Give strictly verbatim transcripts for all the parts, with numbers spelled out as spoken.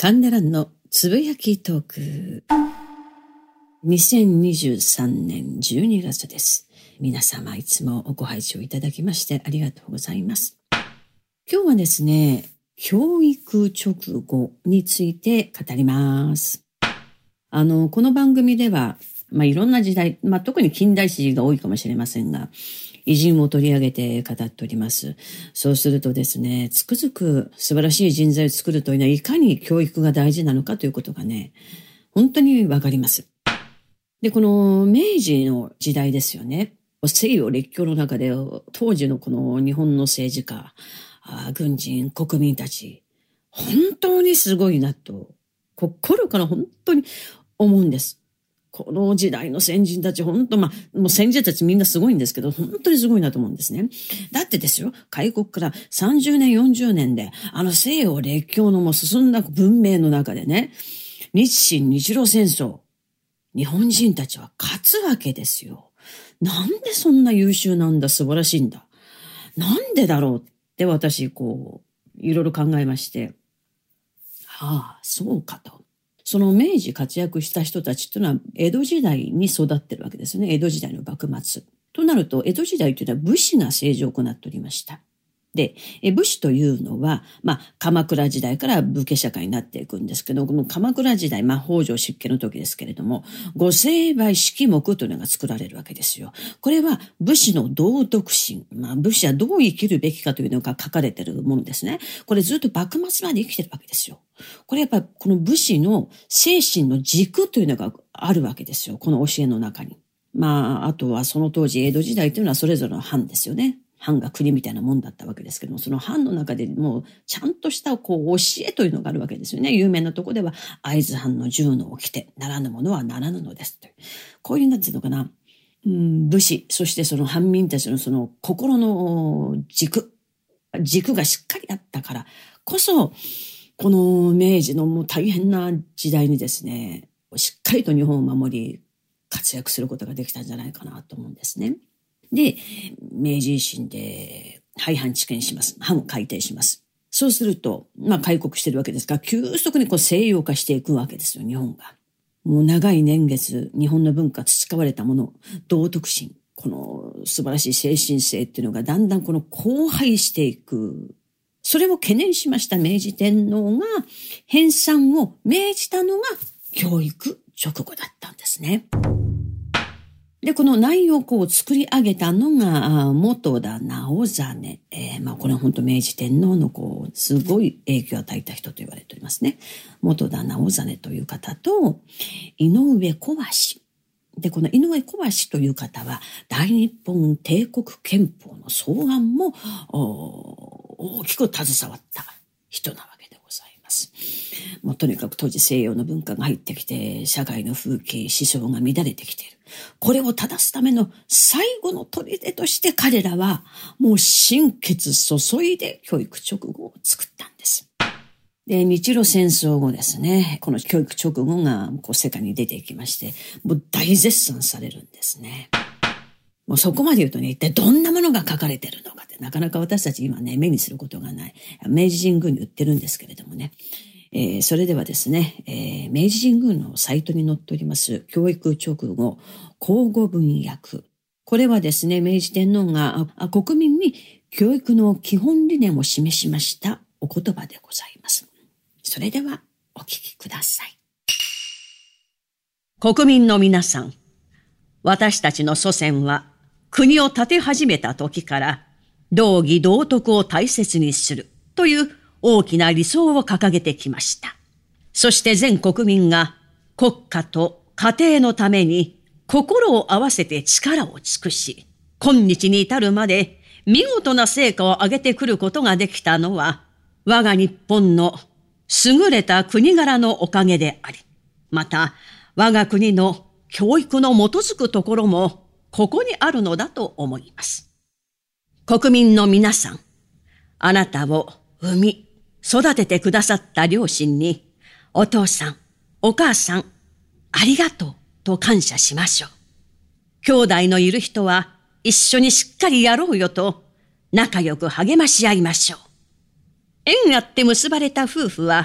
神田蘭のつぶやきトーク。にせんにじゅうさんねんじゅうにがつです。皆様いつもご拝聴いただきましてありがとうございます。今日はですね、教育直後について語ります。あの、この番組では、まあ、いろんな時代、まあ、特に近代史が多いかもしれませんが、偉人を取り上げて語っております。そうするとですね、つくづく素晴らしい人材を作るというのは、いかに教育が大事なのかということがね、本当にわかります。で、この明治の時代ですよね。西洋列強の中で、当時のこの日本の政治家、軍人、国民たち、本当にすごいなと、心から本当に思うんです。この時代の先人たち、本当、まあ、もう先人たちみんなすごいんですけど、本当にすごいなと思うんですね。だってですよ、開国からさんじゅうねん、よんじゅうねんで、あの西洋列強のもう進んだ文明の中でね、日清日露戦争、日本人たちは勝つわけですよ。なんでそんな優秀なんだ、素晴らしいんだ。なんでだろうって私、こう、いろいろ考えまして、ああ、そうかと。その明治活躍した人たちというのは江戸時代に育ってるわけですよね。江戸時代の幕末。となると、江戸時代というのは武士が政治を行っておりました。で、武士というのは、まあ、鎌倉時代から武家社会になっていくんですけど、この鎌倉時代、まあ、北条執権の時ですけれども、御成敗式目というのが作られるわけですよ。これは武士の道徳心、まあ、武士はどう生きるべきかというのが書かれているものですね。これずっと幕末まで生きてるわけですよ。これやっぱりこの武士の精神の軸というのがあるわけですよ。この教えの中に。まあ、あとはその当時江戸時代というのはそれぞれの藩ですよね。藩が国みたいなもんだったわけですけども、その藩の中でもうちゃんとしたこう教えというのがあるわけですよね。有名なところでは会津藩の銃のを着てならぬものはならぬのですという。こういうなんていうのかな、うん、武士、そしてその藩民たちのその心の軸、軸がしっかりあったからこそ、この明治のもう大変な時代にですね、しっかりと日本を守り活躍することができたんじゃないかなと思うんですね。で、明治維新で廃藩置県します。藩を改定します。そうすると、まあ開国してるわけですが、急速にこう西洋化していくわけですよ、日本が。もう長い年月、日本の文化培われたもの、道徳心、この素晴らしい精神性っていうのがだんだんこの荒廃していく。それを懸念しました明治天皇が編纂を命じたのが教育直後だったんですね。で、この内容をこう作り上げたのが、元田直実。えー、まあこれは本当明治天皇のこう、すごい影響を与えた人と言われておりますね。元田直実という方と、井上小橋。で、この井上小橋という方は、大日本帝国憲法の草案も大きく携わった人なわけでございます。もうとにかく当時西洋の文化が入ってきて、社会の風景、思想が乱れてきている。これを正すための最後の砦として彼らはもう心血注いで教育直後を作ったんです。で、日露戦争後ですね、この教育直後がこう世界に出ていきまして、もう大絶賛されるんですね。もうそこまで言うとね、一体どんなものが書かれているのかってなかなか私たち今ね、目にすることがない。明治神宮に売ってるんですけれどもね。えー、それではですね、えー、明治神宮のサイトに載っております教育直後口語文訳。これはですね、明治天皇が国民に教育の基本理念を示しましたお言葉でございます。それではお聞きください。 国民の皆さん、私たちの祖先は国を建て始めた時から道義道徳を大切にするという大きな理想を掲げてきました。そして全国民が国家と家庭のために心を合わせて力を尽くし、今日に至るまで見事な成果を上げてくることができたのは、我が日本の優れた国柄のおかげであり、また我が国の教育の基づくところもここにあるのだと思います。国民の皆さん、あなたを産み、育ててくださった両親に、お父さん、お母さん、ありがとうと感謝しましょう。兄弟のいる人は一緒にしっかりやろうよと仲良く励まし合いましょう。縁あって結ばれた夫婦は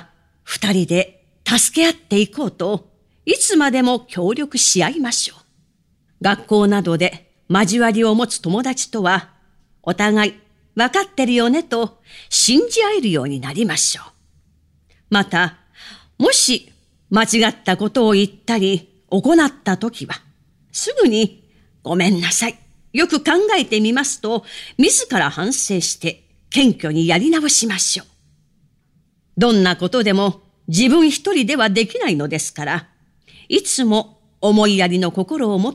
二人で助け合っていこうと、いつまでも協力し合いましょう。学校などで交わりを持つ友達とは、お互い分かってるよねと信じ合えるようになりましょう。また、もし間違ったことを言ったり行ったときは、すぐにごめんなさい、よく考えてみますと、自ら反省して謙虚にやり直しましょう。どんなことでも自分一人ではできないのですから、いつも思いやりの心を持って、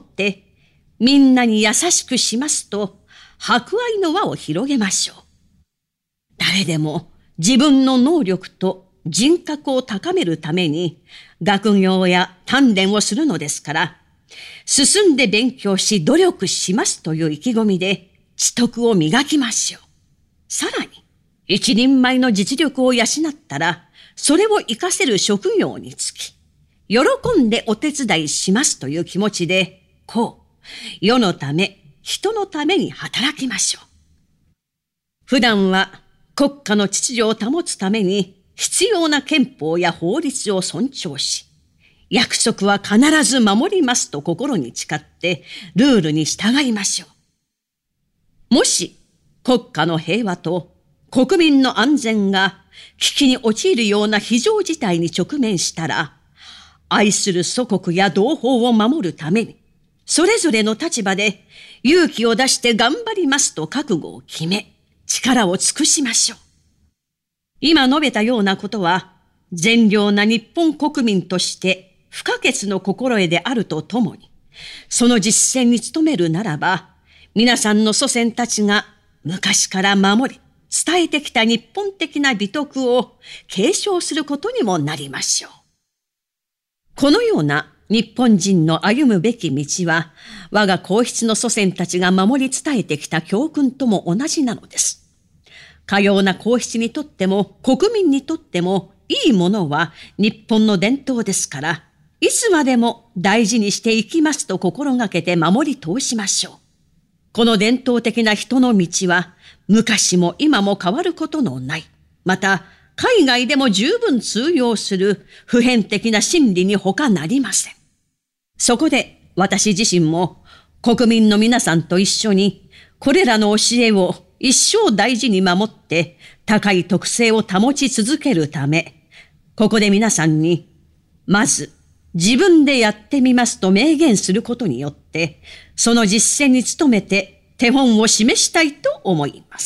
みんなに優しくしますと、博愛の輪を広げましょう。誰でも自分の能力と人格を高めるために、学業や鍛錬をするのですから、進んで勉強し努力しますという意気込みで知徳を磨きましょう。さらに、一人前の実力を養ったら、それを活かせる職業につき、喜んでお手伝いしますという気持ちで、こう、世のため、人のために働きましょう。普段は国家の秩序を保つために必要な憲法や法律を尊重し、約束は必ず守りますと心に誓ってルールに従いましょう。もし国家の平和と国民の安全が危機に陥るような非常事態に直面したら、愛する祖国や同胞を守るために、それぞれの立場で勇気を出して頑張りますと覚悟を決め、力を尽くしましょう。今述べたようなことは、善良な日本国民として不可欠の心得であるとともに、その実践に努めるならば、皆さんの祖先たちが昔から守り、伝えてきた日本的な美徳を継承することにもなりましょう。このような日本人の歩むべき道は、我が皇室の祖先たちが守り伝えてきた教訓とも同じなのです。かような皇室にとっても国民にとってもいいものは日本の伝統ですから、いつまでも大事にしていきますと心がけて守り通しましょう。この伝統的な人の道は昔も今も変わることのない、また海外でも十分通用する普遍的な真理に他なりません。そこで私自身も国民の皆さんと一緒にこれらの教えを一生大事に守って高い徳性を保ち続けるため、ここで皆さんにまず自分でやってみますと明言することによって、その実践に努めて手本を示したいと思います。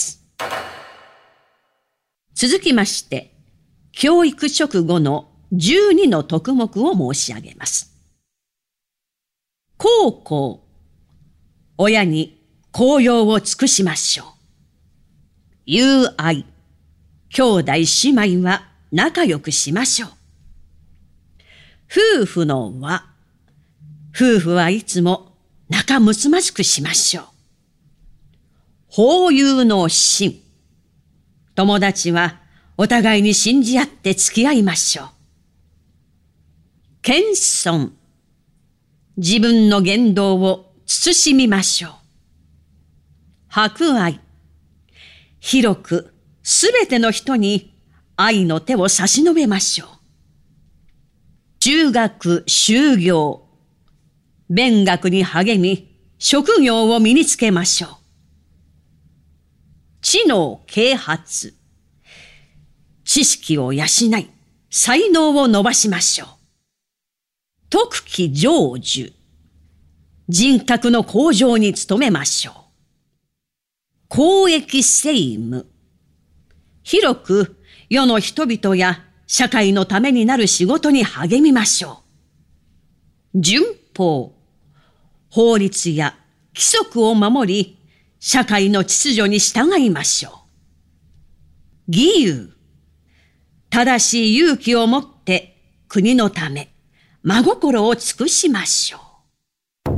続きまして、教育直後のじゅうにの徳目を申し上げます。孝行、親に孝養を尽くしましょう。友愛、兄弟姉妹は仲良くしましょう。夫婦の和、夫婦はいつも仲睦まじくしましょう。法友の信、友達はお互いに信じ合って付き合いましょう。謙遜、自分の言動を慎みましょう。博愛、広くすべての人に愛の手を差し伸べましょう。中学修行、勉学に励み、職業を身につけましょう。知能啓発、知識を養い、才能を伸ばしましょう。徳気成就、人格の向上に努めましょう。公益政務、広く世の人々や社会のためになる仕事に励みましょう。順法、法律や規則を守り、社会の秩序に従いましょう。義勇、正しい勇気を持って国のため、真心を尽くしましょう。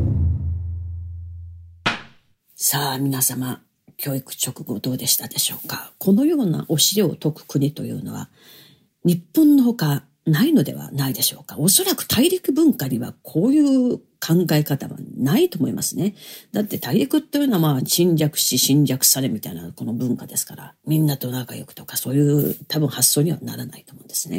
さあ皆様、教育直後どうでしたでしょうか。このような教えを説く国というのは日本のほかないのではないでしょうか。おそらく大陸文化にはこういう考え方はないと思いますね。だって大陸っていうのはまあ侵略し侵略されみたいなこの文化ですから、みんなと仲良くとかそういう多分発想にはならないと思うんですね。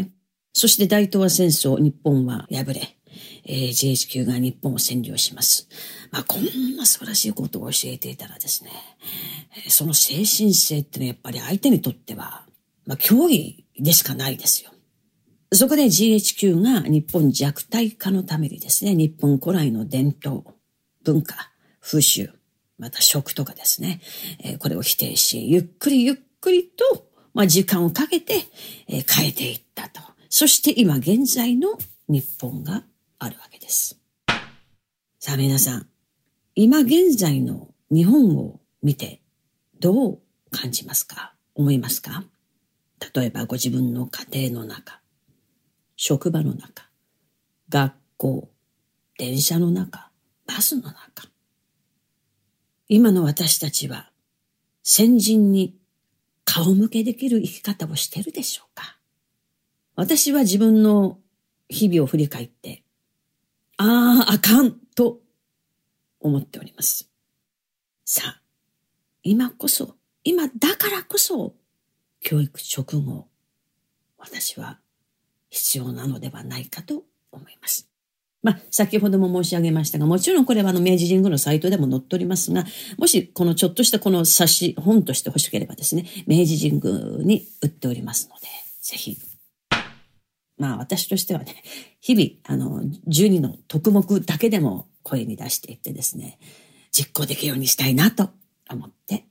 そして大東亜戦争、日本は敗れ、えー、ジーエイチキュー が日本を占領します。まあ、こんな素晴らしいことを教えていたらですね、その精神性ってのはやっぱり相手にとっては、まあ、脅威でしかないですよ。そこで ジーエイチキュー が日本弱体化のためにですね、日本古来の伝統、文化、風習、また食とかですね、えー、これを否定し、ゆっくりゆっくりと、まあ、時間をかけて、えー、変えていったと。そして今現在の日本があるわけです。さあ皆さん、今現在の日本を見てどう感じますか？思いますか？例えばご自分の家庭の中、職場の中、学校、電車の中、バスの中。今の私たちは先人に顔向けできる生き方をしているでしょうか？私は自分の日々を振り返って、ああ、あかんと思っております。さあ、今こそ、今だからこそ、教育直後、私は必要なのではないかと思います。まあ、先ほども申し上げましたが、もちろんこれはあの明治神宮のサイトでも載っておりますが、もしこのちょっとしたこの冊子、本として欲しければですね、明治神宮に売っておりますので、ぜひ。まあ私としてはね、日々、あの、じゅうにの徳目だけでも声に出していってですね、実行できるようにしたいなと思って